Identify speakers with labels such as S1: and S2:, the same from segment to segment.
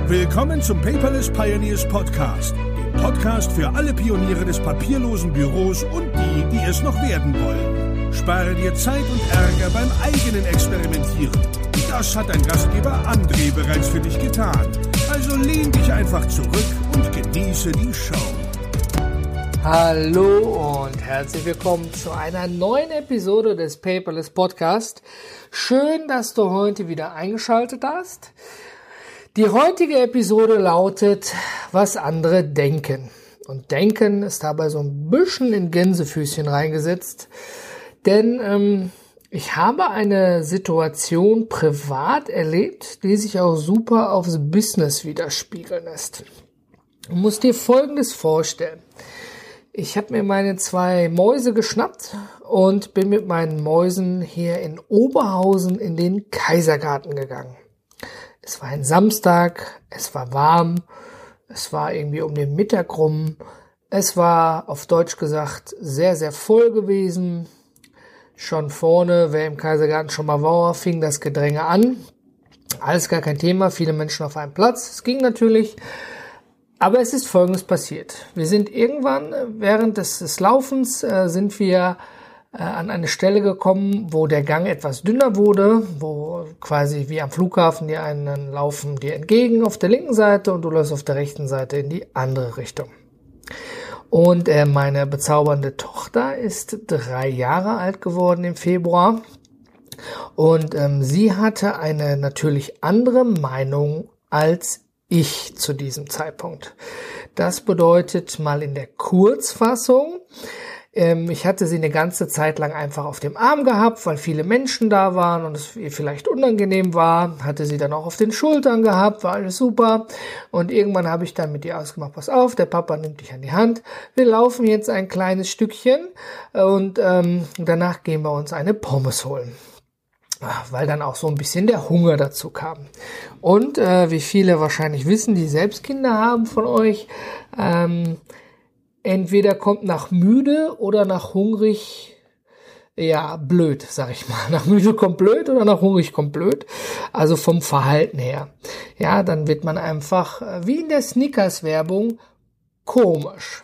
S1: Willkommen zum Paperless Pioneers Podcast, dem Podcast für alle Pioniere des papierlosen Büros und die es noch werden wollen. Spare dir Zeit und Ärger beim eigenen Experimentieren. Das hat dein Gastgeber André bereits für dich getan. Also lehn dich einfach zurück und genieße die Show.
S2: Hallo und herzlich willkommen zu einer neuen Episode des Paperless Podcast. Schön, dass du heute wieder eingeschaltet hast. Die heutige Episode lautet, was andere denken. Und denken ist dabei so ein bisschen in Gänsefüßchen reingesetzt, denn ich habe eine Situation privat erlebt, die sich auch super aufs Business widerspiegeln lässt. Du musst dir Folgendes vorstellen. Ich habe mir meine 2 Mäuse geschnappt und bin mit meinen Mäusen hier in Oberhausen in den Kaisergarten gegangen. Es war ein Samstag, es war warm, es war irgendwie um den Mittag rum, es war auf Deutsch gesagt sehr, sehr voll gewesen. Schon vorne, wer im Kaisergarten schon mal war, fing das Gedränge an. Alles gar kein Thema, viele Menschen auf einem Platz, es ging natürlich. Aber es ist Folgendes passiert. Wir sind irgendwann, während des Laufens, sind wir an eine Stelle gekommen, wo der Gang etwas dünner wurde, wo quasi wie am Flughafen die einen laufen dir entgegen auf der linken Seite und du läufst auf der rechten Seite in die andere Richtung. Und meine bezaubernde Tochter ist 3 Jahre alt geworden im Februar und sie hatte eine natürlich andere Meinung als ich zu diesem Zeitpunkt. Das bedeutet mal in der Kurzfassung, ich hatte sie eine ganze Zeit lang einfach auf dem Arm gehabt, weil viele Menschen da waren und es ihr vielleicht unangenehm war. Hatte sie dann auch auf den Schultern gehabt, war alles super. Und irgendwann habe ich dann mit ihr ausgemacht, pass auf, der Papa nimmt dich an die Hand. Wir laufen jetzt ein kleines Stückchen und danach gehen wir uns eine Pommes holen. Weil dann auch so ein bisschen der Hunger dazu kam. Und wie viele wahrscheinlich wissen, die selbst Kinder haben von euch, entweder kommt nach müde oder nach hungrig, ja, blöd, sag ich mal. Nach müde kommt blöd oder nach hungrig kommt blöd. Also vom Verhalten her. Ja, dann wird man einfach, wie in der Snickers-Werbung, komisch.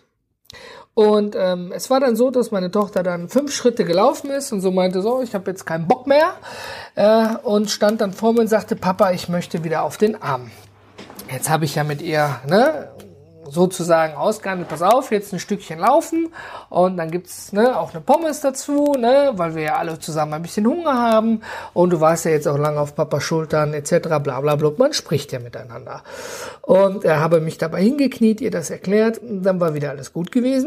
S2: Und es war dann so, dass meine Tochter dann 5 Schritte gelaufen ist und so meinte, so, ich habe jetzt keinen Bock mehr und stand dann vor mir und sagte, Papa, ich möchte wieder auf den Arm. Jetzt habe ich ja mit ihr sozusagen ausgehandelt, pass auf, jetzt ein Stückchen laufen und dann gibt's auch eine Pommes dazu, weil wir ja alle zusammen ein bisschen Hunger haben und du warst ja jetzt auch lange auf Papas Schultern etc. bla bla bla, man spricht ja miteinander. Und er habe mich dabei hingekniet, ihr das erklärt, dann war wieder alles gut gewesen.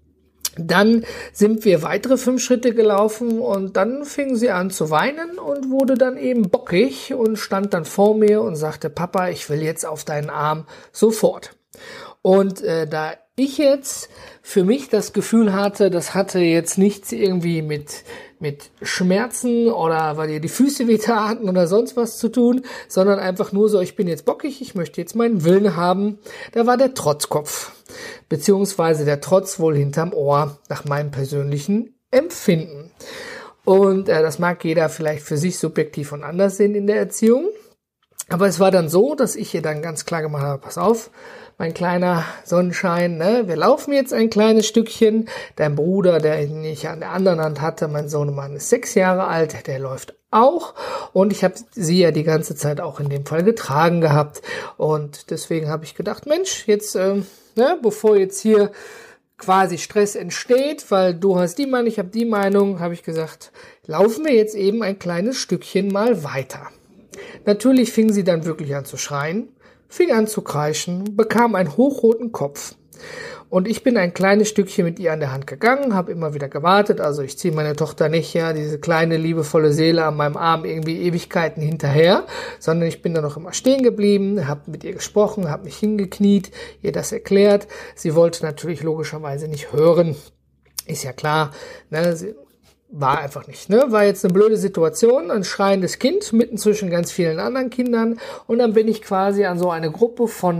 S2: Dann sind wir weitere 5 Schritte gelaufen und dann fing sie an zu weinen und wurde dann eben bockig und stand dann vor mir und sagte, Papa, ich will jetzt auf deinen Arm sofort. Und da ich jetzt für mich das Gefühl hatte, das hatte jetzt nichts irgendwie mit Schmerzen oder weil ihr die Füße wehtaten oder sonst was zu tun, sondern einfach nur so, ich bin jetzt bockig, ich möchte jetzt meinen Willen haben, da war der Trotzkopf, beziehungsweise der Trotz wohl hinterm Ohr nach meinem persönlichen Empfinden. Und das mag jeder vielleicht für sich subjektiv und anders sehen in der Erziehung. Aber es war dann so, dass ich ihr dann ganz klar gemacht habe, pass auf, mein kleiner Sonnenschein, wir laufen jetzt ein kleines Stückchen. Dein Bruder, den ich an der anderen Hand hatte, mein Sohnemann ist 6 Jahre alt, der läuft auch. Und ich habe sie ja die ganze Zeit auch in dem Fall getragen gehabt. Und deswegen habe ich gedacht, Mensch, jetzt, bevor jetzt hier quasi Stress entsteht, weil du hast die Meinung, ich habe die Meinung, habe ich gesagt, laufen wir jetzt eben ein kleines Stückchen mal weiter. Natürlich fing sie dann wirklich an zu schreien, fing an zu kreischen, bekam einen hochroten Kopf. Und ich bin ein kleines Stückchen mit ihr an der Hand gegangen, habe immer wieder gewartet. Also ich ziehe meine Tochter nicht, diese kleine, liebevolle Seele an meinem Arm irgendwie Ewigkeiten hinterher, sondern ich bin dann noch immer stehen geblieben, habe mit ihr gesprochen, habe mich hingekniet, ihr das erklärt. Sie wollte natürlich logischerweise nicht hören. Ist ja klar, sie war einfach nicht, war jetzt eine blöde Situation, ein schreiendes Kind mitten zwischen ganz vielen anderen Kindern und dann bin ich quasi an so eine Gruppe von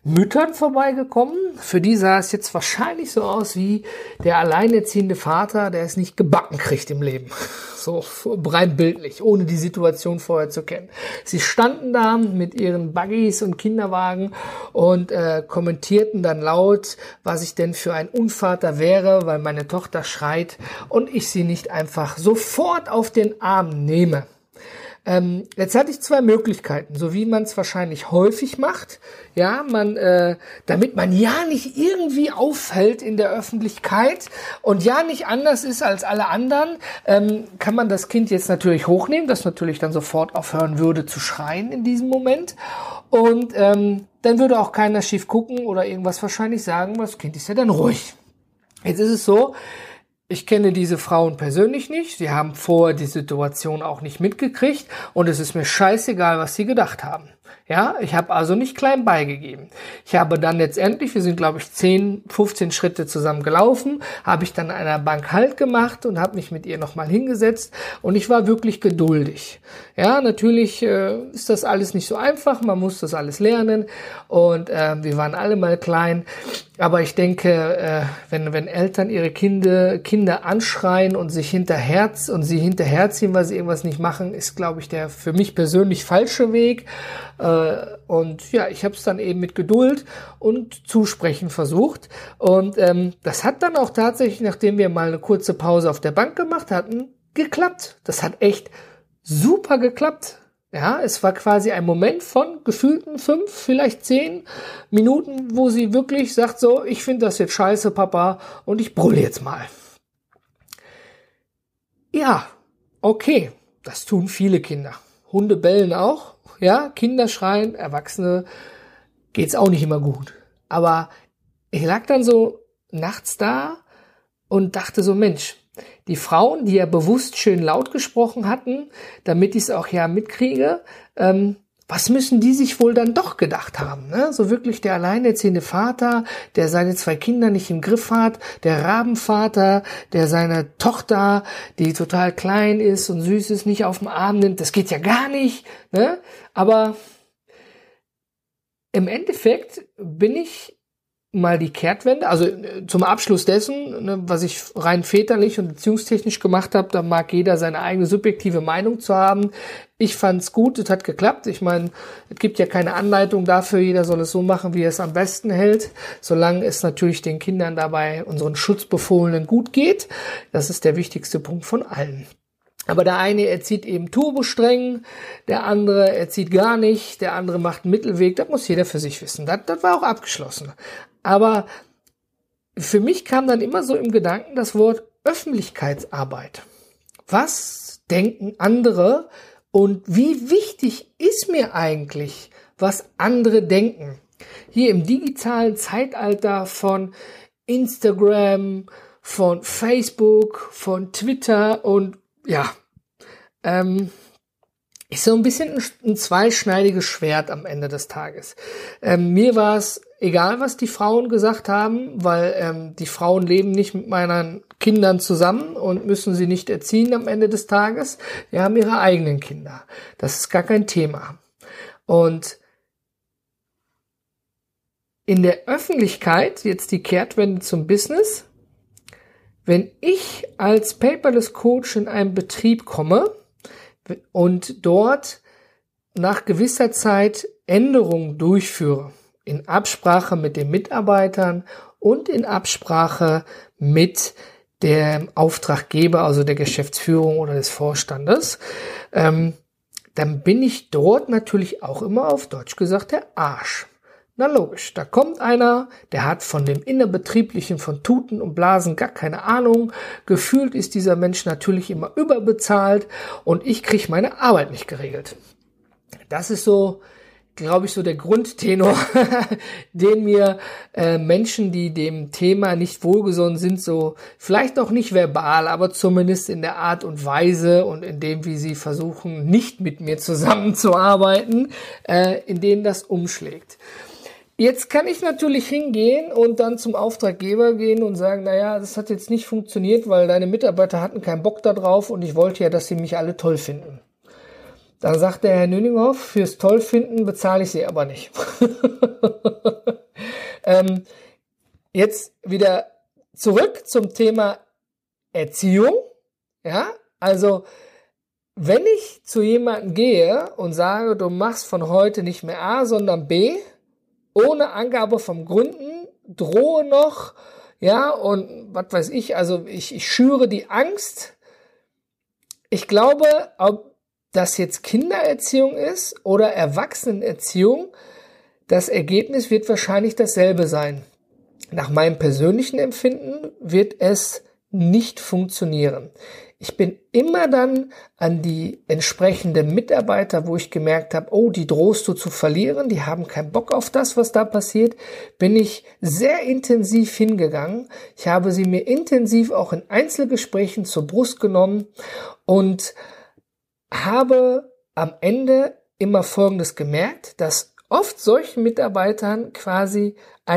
S2: Müttern vorbeigekommen. Für die sah es jetzt wahrscheinlich so aus wie der alleinerziehende Vater, der es nicht gebacken kriegt im Leben. So rein bildlich, ohne die Situation vorher zu kennen. Sie standen da mit ihren Buggies und Kinderwagen und kommentierten dann laut, was ich denn für ein Unvater wäre, weil meine Tochter schreit und ich sie nicht einfach sofort auf den Arm nehme. Jetzt hatte ich zwei Möglichkeiten, so wie man es wahrscheinlich häufig macht. Ja, damit man ja nicht irgendwie auffällt in der Öffentlichkeit und ja nicht anders ist als alle anderen, kann man das Kind jetzt natürlich hochnehmen, das natürlich dann sofort aufhören würde zu schreien in diesem Moment. Und dann würde auch keiner schief gucken oder irgendwas wahrscheinlich sagen, weil das Kind ist ja dann ruhig. Jetzt ist es so, ich kenne diese Frauen persönlich nicht. Sie haben vorher die Situation auch nicht mitgekriegt und es ist mir scheißegal, was sie gedacht haben. Ja, ich habe also nicht klein beigegeben. Ich habe dann letztendlich, wir sind glaube ich 10, 15 Schritte zusammen gelaufen, habe ich dann an einer Bank Halt gemacht und habe mich mit ihr nochmal hingesetzt und ich war wirklich geduldig. Ja, natürlich ist das alles nicht so einfach, man muss das alles lernen und wir waren alle mal klein. Aber ich denke, wenn Eltern ihre Kinder anschreien und sie hinterherziehen, weil sie irgendwas nicht machen, ist, glaube ich, der für mich persönlich falsche Weg. Und ja, ich habe es dann eben mit Geduld und Zusprechen versucht. Und das hat dann auch tatsächlich, nachdem wir mal eine kurze Pause auf der Bank gemacht hatten, geklappt. Das hat echt super geklappt. Ja, es war quasi ein Moment von gefühlten 5, vielleicht 10 Minuten, wo sie wirklich sagt so, ich finde das jetzt scheiße, Papa, und ich brülle jetzt mal. Ja, okay, das tun viele Kinder. Hunde bellen auch, ja, Kinder schreien, Erwachsene geht's auch nicht immer gut. Aber ich lag dann so nachts da und dachte so, Mensch, die Frauen, die ja bewusst schön laut gesprochen hatten, damit ich es auch ja mitkriege, was müssen die sich wohl dann doch gedacht haben? Ne? So wirklich der alleinerziehende Vater, der seine 2 Kinder nicht im Griff hat, der Rabenvater, der seine Tochter, die total klein ist und süß ist, nicht auf den Arm nimmt. Das geht ja gar nicht. Ne? Aber im Endeffekt bin ich mal die Kehrtwende, also zum Abschluss dessen, ne, was ich rein väterlich und beziehungstechnisch gemacht habe, da mag jeder seine eigene subjektive Meinung zu haben. Ich fand's gut, es hat geklappt. Ich meine, es gibt ja keine Anleitung dafür, jeder soll es so machen, wie er es am besten hält, solange es natürlich den Kindern dabei, unseren Schutzbefohlenen, gut geht. Das ist der wichtigste Punkt von allen. Aber der eine erzieht eben turbostreng, der andere erzieht gar nicht, der andere macht einen Mittelweg, das muss jeder für sich wissen. Das war auch abgeschlossen. Aber für mich kam dann immer so im Gedanken das Wort Öffentlichkeitsarbeit. Was denken andere und wie wichtig ist mir eigentlich, was andere denken? Hier im digitalen Zeitalter von Instagram, von Facebook, von Twitter und ja, ist so ein bisschen ein zweischneidiges Schwert am Ende des Tages. Mir war es egal, was die Frauen gesagt haben, weil die Frauen leben nicht mit meinen Kindern zusammen und müssen sie nicht erziehen am Ende des Tages. Die haben ihre eigenen Kinder. Das ist gar kein Thema. Und in der Öffentlichkeit, jetzt die Kehrtwende zum Business, wenn ich als Paperless Coach in einen Betrieb komme und dort nach gewisser Zeit Änderungen durchführe, in Absprache mit den Mitarbeitern und in Absprache mit dem Auftraggeber, also der Geschäftsführung oder des Vorstandes, dann bin ich dort natürlich auch immer auf Deutsch gesagt der Arsch. Na logisch, da kommt einer, der hat von dem Innerbetrieblichen, von Tuten und Blasen gar keine Ahnung. Gefühlt ist dieser Mensch natürlich immer überbezahlt und ich kriege meine Arbeit nicht geregelt. Das ist so, glaube ich, so der Grundtenor, den mir Menschen, die dem Thema nicht wohlgesonnen sind, so vielleicht auch nicht verbal, aber zumindest in der Art und Weise und in dem, wie sie versuchen, nicht mit mir zusammenzuarbeiten, in denen das umschlägt. Jetzt kann ich natürlich hingehen und dann zum Auftraggeber gehen und sagen, naja, das hat jetzt nicht funktioniert, weil deine Mitarbeiter hatten keinen Bock da drauf und ich wollte ja, dass sie mich alle toll finden. Dann sagt der Herr Nüninghoff, fürs Tollfinden bezahle ich Sie aber nicht. Jetzt wieder zurück zum Thema Erziehung. Ja, also wenn ich zu jemandem gehe und sage, du machst von heute nicht mehr A, sondern B, ohne Angabe von Gründen, drohe noch, ja, und was weiß ich, also ich schüre die Angst. Ich glaube, ob das jetzt Kindererziehung ist oder Erwachsenenerziehung, das Ergebnis wird wahrscheinlich dasselbe sein. Nach meinem persönlichen Empfinden wird es nicht funktionieren. Ich bin immer dann an die entsprechenden Mitarbeiter, wo ich gemerkt habe, oh, die drohst du zu verlieren, die haben keinen Bock auf das, was da passiert, bin ich sehr intensiv hingegangen. Ich habe sie mir intensiv auch in Einzelgesprächen zur Brust genommen und habe am Ende immer Folgendes gemerkt, dass oft solchen Mitarbeitern quasi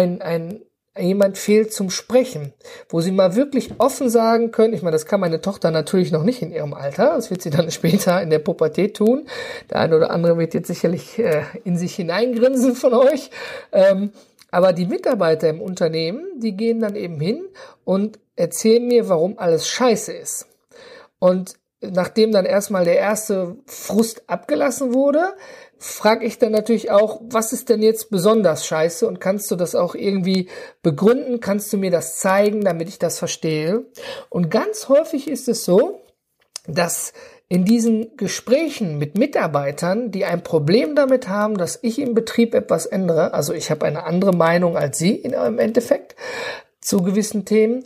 S2: jemand fehlt zum Sprechen, wo sie mal wirklich offen sagen können, ich meine, das kann meine Tochter natürlich noch nicht in ihrem Alter, das wird sie dann später in der Pubertät tun, der eine oder andere wird jetzt sicherlich in sich hineingrinsen von euch, aber die Mitarbeiter im Unternehmen, die gehen dann eben hin und erzählen mir, warum alles scheiße ist. Und nachdem dann erstmal der erste Frust abgelassen wurde, frage ich dann natürlich auch, was ist denn jetzt besonders scheiße und kannst du das auch irgendwie begründen? Kannst du mir das zeigen, damit ich das verstehe? Und ganz häufig ist es so, dass in diesen Gesprächen mit Mitarbeitern, die ein Problem damit haben, dass ich im Betrieb etwas ändere, also ich habe eine andere Meinung als sie im Endeffekt zu gewissen Themen,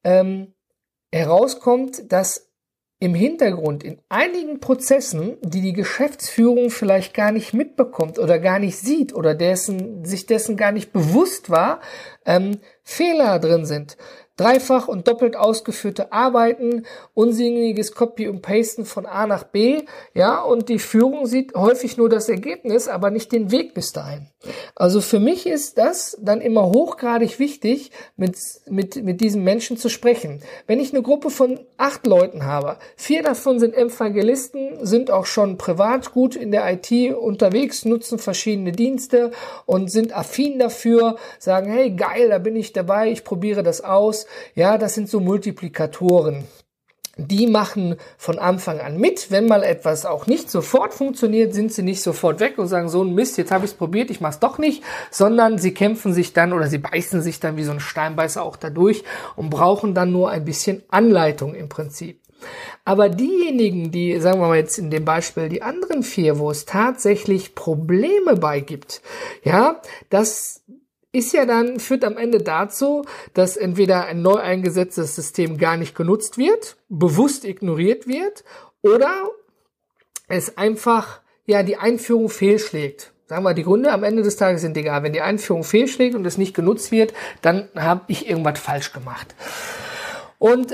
S2: herauskommt, dass im Hintergrund in einigen Prozessen, die die Geschäftsführung vielleicht gar nicht mitbekommt oder gar nicht sieht oder sich dessen gar nicht bewusst war, Fehler drin sind. Dreifach und doppelt ausgeführte Arbeiten, unsinniges Copy und Pasten von A nach B, ja, und die Führung sieht häufig nur das Ergebnis, aber nicht den Weg bis dahin. Also für mich ist das dann immer hochgradig wichtig, mit diesen Menschen zu sprechen. Wenn ich eine Gruppe von 8 Leuten habe, 4 davon sind Evangelisten, sind auch schon privat gut in der IT unterwegs, nutzen verschiedene Dienste und sind affin dafür, sagen, hey, geil, da bin ich dabei, ich probiere das aus. Ja, das sind so Multiplikatoren. Die machen von Anfang an mit. Wenn mal etwas auch nicht sofort funktioniert, sind sie nicht sofort weg und sagen, so ein Mist, jetzt habe ich es probiert, ich mache es doch nicht, sondern sie kämpfen sich dann oder sie beißen sich dann wie so ein Steinbeißer auch dadurch und brauchen dann nur ein bisschen Anleitung im Prinzip. Aber diejenigen, die, sagen wir mal jetzt in dem Beispiel, die anderen 4, wo es tatsächlich Probleme bei gibt, ja, das ist ja dann, führt am Ende dazu, dass entweder ein neu eingesetztes System gar nicht genutzt wird, bewusst ignoriert wird, oder es einfach, ja, die Einführung fehlschlägt. Sagen wir, die Gründe am Ende des Tages sind egal. Wenn die Einführung fehlschlägt und es nicht genutzt wird, dann habe ich irgendwas falsch gemacht. Und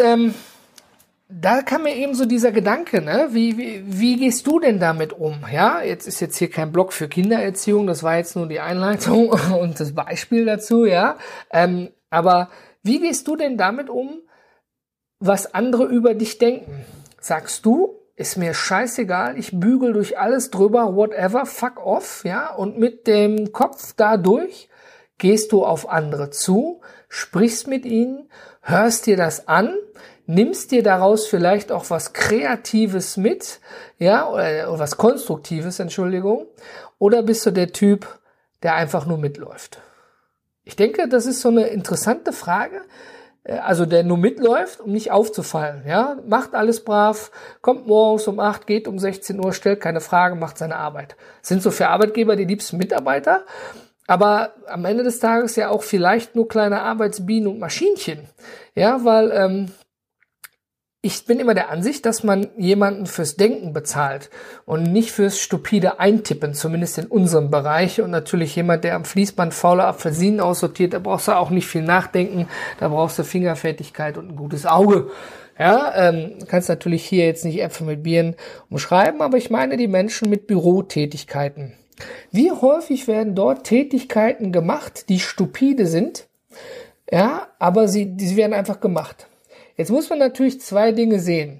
S2: da kam mir eben so dieser Gedanke, ne? Wie gehst du denn damit um? Ja, jetzt ist jetzt hier kein Blog für Kindererziehung, das war jetzt nur die Einleitung und das Beispiel dazu, ja. Aber wie gehst du denn damit um, was andere über dich denken? Sagst du, ist mir scheißegal, ich bügel durch alles drüber, whatever, fuck off, ja? Und mit dem Kopf da durch gehst du auf andere zu, sprichst mit ihnen, hörst dir das an, nimmst dir daraus vielleicht auch was Kreatives mit, ja, oder was Konstruktives, Entschuldigung, oder bist du der Typ, der einfach nur mitläuft? Ich denke, das ist so eine interessante Frage, also der nur mitläuft, um nicht aufzufallen, ja, macht alles brav, kommt morgens um 8, geht um 16 Uhr, stellt keine Frage, macht seine Arbeit. Sind so für Arbeitgeber die liebsten Mitarbeiter, aber am Ende des Tages ja auch vielleicht nur kleine Arbeitsbienen und Maschinchen, ja, weil ich bin immer der Ansicht, dass man jemanden fürs Denken bezahlt und nicht fürs stupide Eintippen, zumindest in unserem Bereich. Und natürlich jemand, der am Fließband faule Apfelsinen aussortiert, da brauchst du auch nicht viel nachdenken, da brauchst du Fingerfertigkeit und ein gutes Auge. Ja, kannst natürlich hier jetzt nicht Äpfel mit Birnen umschreiben, aber ich meine die Menschen mit Bürotätigkeiten. Wie häufig werden dort Tätigkeiten gemacht, die stupide sind, ja, aber sie werden einfach gemacht. Jetzt muss man natürlich 2 Dinge sehen.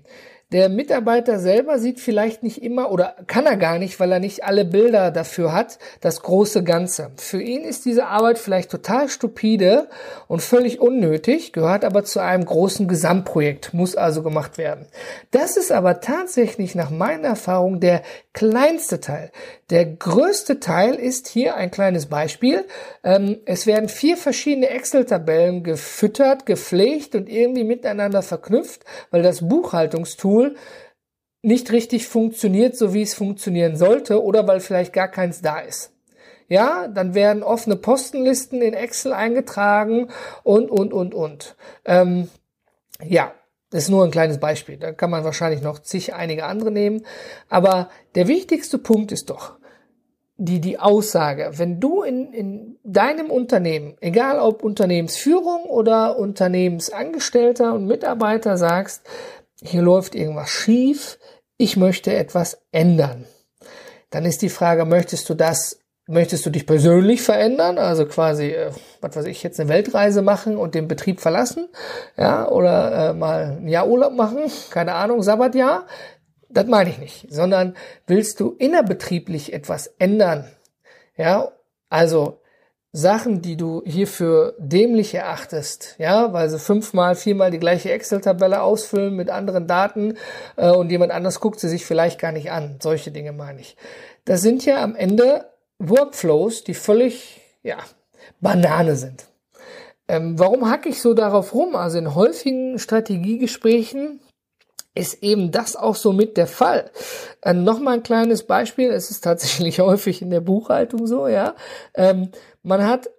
S2: Der Mitarbeiter selber sieht vielleicht nicht immer oder kann er gar nicht, weil er nicht alle Bilder dafür hat, das große Ganze. Für ihn ist diese Arbeit vielleicht total stupide und völlig unnötig, gehört aber zu einem großen Gesamtprojekt, muss also gemacht werden. Das ist aber tatsächlich nach meiner Erfahrung der kleinste Teil. Der größte Teil ist hier ein kleines Beispiel. Es werden 4 verschiedene Excel-Tabellen gefüttert, gepflegt und irgendwie miteinander verknüpft, weil das Buchhaltungstool nicht richtig funktioniert, so wie es funktionieren sollte, oder weil vielleicht gar keins da ist. Ja, dann werden offene Postenlisten in Excel eingetragen und. Ja, das ist nur ein kleines Beispiel. Da kann man wahrscheinlich noch einige andere nehmen. Aber der wichtigste Punkt ist doch die Aussage. Wenn du in deinem Unternehmen, egal ob Unternehmensführung oder Unternehmensangestellter und Mitarbeiter, sagst, hier läuft irgendwas schief, ich möchte etwas ändern. Dann ist die Frage, möchtest du dich persönlich verändern, also quasi, jetzt eine Weltreise machen und den Betrieb verlassen, ja, oder mal ein Jahr Urlaub machen, keine Ahnung, Sabbatjahr? Das meine ich nicht, sondern willst du innerbetrieblich etwas ändern, ja, also Sachen, die du hier für dämlich erachtest, ja, weil sie 4-mal die gleiche Excel-Tabelle ausfüllen mit anderen Daten und jemand anders guckt sie sich vielleicht gar nicht an. Solche Dinge meine ich. Das sind ja am Ende Workflows, die völlig, Banane sind. Warum hacke ich so darauf rum? Also in häufigen Strategiegesprächen ist eben das auch so mit der Fall. Nochmal ein kleines Beispiel, es ist tatsächlich häufig in der Buchhaltung so, ja. Man hat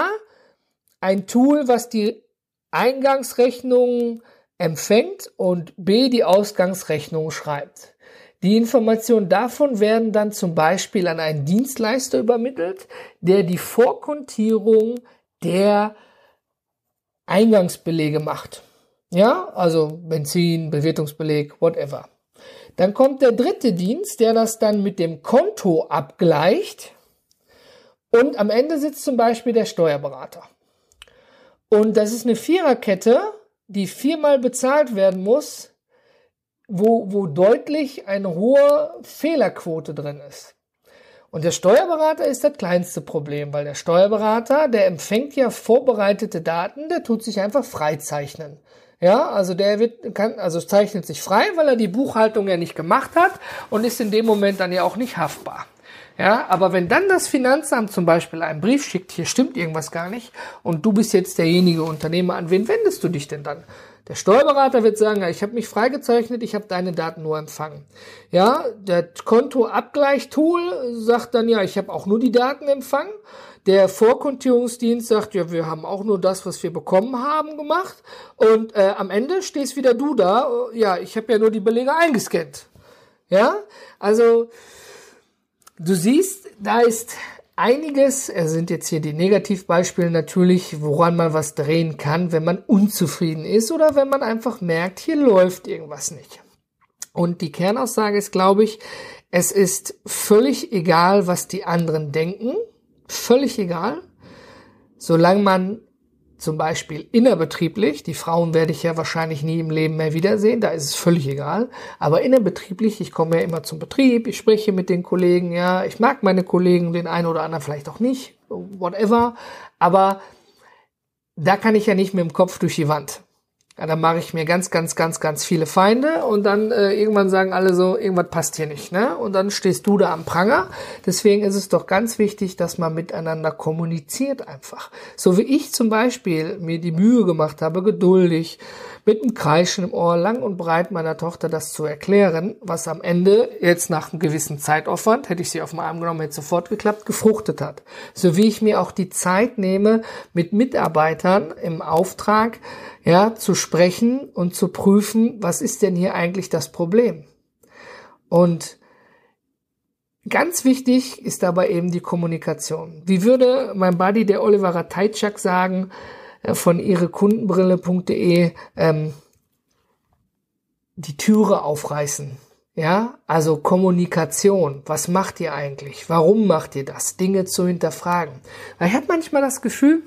S2: ein Tool, was die Eingangsrechnung empfängt und B, die Ausgangsrechnung schreibt. Die Informationen davon werden dann zum Beispiel an einen Dienstleister übermittelt, der die Vorkontierung der Eingangsbelege macht. Ja, also Benzin, Bewirtungsbeleg, whatever. Dann kommt der dritte Dienst, der das dann mit dem Konto abgleicht. Und am Ende sitzt zum Beispiel der Steuerberater. Und das ist eine Viererkette, die 4-mal bezahlt werden muss, wo deutlich eine hohe Fehlerquote drin ist. Und der Steuerberater ist das kleinste Problem, weil der Steuerberater, der empfängt ja vorbereitete Daten, der tut sich einfach freizeichnen. Ja, also zeichnet sich frei, weil er die Buchhaltung ja nicht gemacht hat und ist in dem Moment dann ja auch nicht haftbar. Ja, aber wenn dann das Finanzamt zum Beispiel einen Brief schickt, hier stimmt irgendwas gar nicht und du bist jetzt derjenige Unternehmer, an wen wendest du dich denn dann? Der Steuerberater wird sagen, ja, ich habe mich freigezeichnet, ich habe deine Daten nur empfangen. Ja, der Kontoabgleich-Tool sagt dann, ja, ich habe auch nur die Daten empfangen. Der Vorkontierungsdienst sagt, ja, wir haben auch nur das, was wir bekommen haben, gemacht. Und am Ende stehst wieder du da, ja, ich habe ja nur die Belege eingescannt. Ja, also du siehst, da ist einiges, sind jetzt hier die Negativbeispiele natürlich, woran man was drehen kann, wenn man unzufrieden ist oder wenn man einfach merkt, hier läuft irgendwas nicht. Und die Kernaussage ist, glaube ich, es ist völlig egal, was die anderen denken, völlig egal, solange man zum Beispiel innerbetrieblich, die Frauen werde ich ja wahrscheinlich nie im Leben mehr wiedersehen, da ist es völlig egal, aber innerbetrieblich, ich komme ja immer zum Betrieb, ich spreche mit den Kollegen, ja, ich mag meine Kollegen, den einen oder anderen vielleicht auch nicht, whatever, aber da kann ich ja nicht mit dem Kopf durch die Wand. Ja, dann mache ich mir ganz viele Feinde und dann irgendwann sagen alle so, irgendwas passt hier nicht, ne? Und dann stehst du da am Pranger. Deswegen ist es doch ganz wichtig, dass man miteinander kommuniziert einfach. So wie ich zum Beispiel mir die Mühe gemacht habe, geduldig, mit einem Kreischen im Ohr, lang und breit meiner Tochter das zu erklären, was am Ende jetzt nach einem gewissen Zeitaufwand, hätte ich sie auf den Arm genommen, hätte sofort geklappt, gefruchtet hat. So wie ich mir auch die Zeit nehme, mit Mitarbeitern im Auftrag, ja, zu sprechen und zu prüfen, was ist denn hier eigentlich das Problem? Und ganz wichtig ist dabei eben die Kommunikation. Wie würde mein Buddy, der Oliver Ratajczak, sagen, von ihrekundenbrille.de, die Türe aufreißen. Ja, also Kommunikation. Was macht ihr eigentlich? Warum macht ihr das? Dinge zu hinterfragen. Weil ich habe manchmal das Gefühl,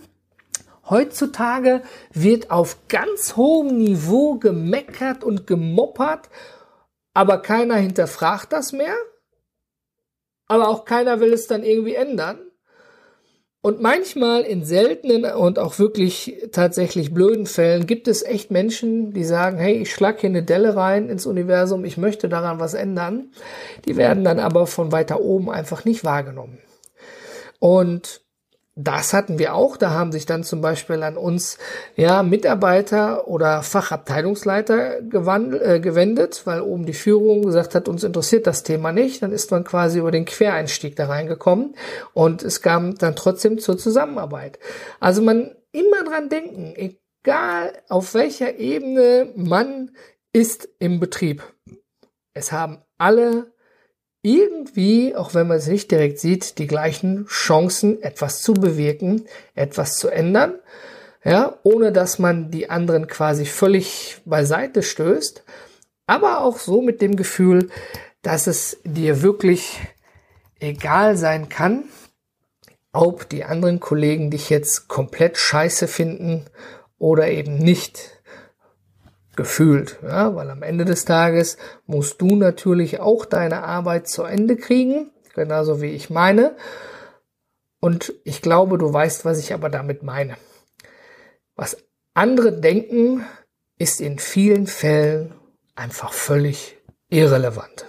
S2: heutzutage wird auf ganz hohem Niveau gemeckert und gemoppert aber keiner hinterfragt das mehr, aber auch keiner will es dann irgendwie ändern. Und manchmal in seltenen und auch wirklich tatsächlich blöden Fällen gibt es echt Menschen, die sagen, hey, ich schlag hier eine Delle rein ins Universum, ich möchte daran was ändern. Die werden dann aber von weiter oben einfach nicht wahrgenommen. Und das hatten wir auch. Da haben sich dann zum Beispiel an uns Mitarbeiter oder Fachabteilungsleiter gewendet, weil oben die Führung gesagt hat, uns interessiert das Thema nicht. Dann ist man quasi über den Quereinstieg da reingekommen und es kam dann trotzdem zur Zusammenarbeit. Also man immer dran denken, egal auf welcher Ebene man ist im Betrieb. Es haben alle irgendwie, auch wenn man es nicht direkt sieht, die gleichen Chancen, etwas zu bewirken, etwas zu ändern, ohne dass man die anderen quasi völlig beiseite stößt, aber auch so mit dem Gefühl, dass es dir wirklich egal sein kann, ob die anderen Kollegen dich jetzt komplett scheiße finden oder eben nicht. Gefühlt, weil am Ende des Tages musst du natürlich auch deine Arbeit zu Ende kriegen, genauso wie ich meine. Und ich glaube, du weißt, was ich aber damit meine. Was andere denken, ist in vielen Fällen einfach völlig irrelevant.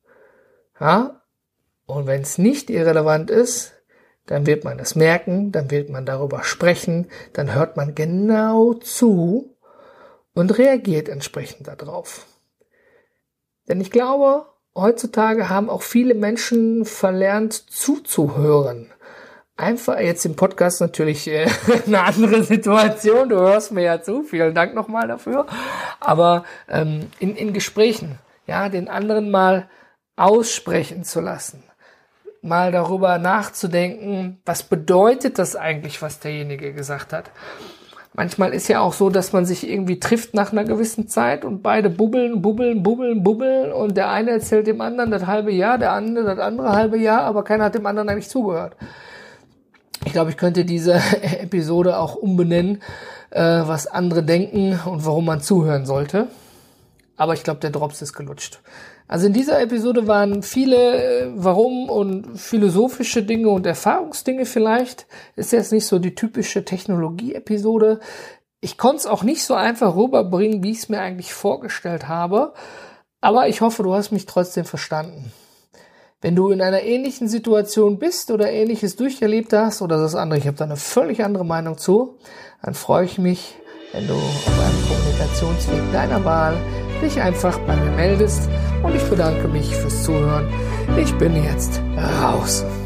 S2: Und wenn es nicht irrelevant ist, dann wird man es merken, dann wird man darüber sprechen, dann hört man genau zu und reagiert entsprechend darauf. Denn ich glaube, heutzutage haben auch viele Menschen verlernt zuzuhören. Einfach jetzt im Podcast natürlich eine andere Situation, du hörst mir ja zu, vielen Dank nochmal dafür. Aber in Gesprächen, den anderen mal aussprechen zu lassen, mal darüber nachzudenken, was bedeutet das eigentlich, was derjenige gesagt hat. Manchmal ist ja auch so, dass man sich irgendwie trifft nach einer gewissen Zeit und beide bubbeln und der eine erzählt dem anderen das halbe Jahr, der andere das andere halbe Jahr, aber keiner hat dem anderen eigentlich zugehört. Ich glaube, ich könnte diese Episode auch umbenennen, was andere denken und warum man zuhören sollte. Aber ich glaube, der Drops ist gelutscht. Also in dieser Episode waren viele Warum und philosophische Dinge und Erfahrungsdinge vielleicht. Ist jetzt nicht so die typische Technologie-Episode. Ich konnte es auch nicht so einfach rüberbringen, wie ich es mir eigentlich vorgestellt habe. Aber ich hoffe, du hast mich trotzdem verstanden. Wenn du in einer ähnlichen Situation bist oder Ähnliches durcherlebt hast oder das andere, ich habe da eine völlig andere Meinung zu, dann freue ich mich, wenn du auf einem Kommunikationsweg deiner Wahl dich einfach bei mir meldest. Und ich bedanke mich fürs Zuhören. Ich bin jetzt raus.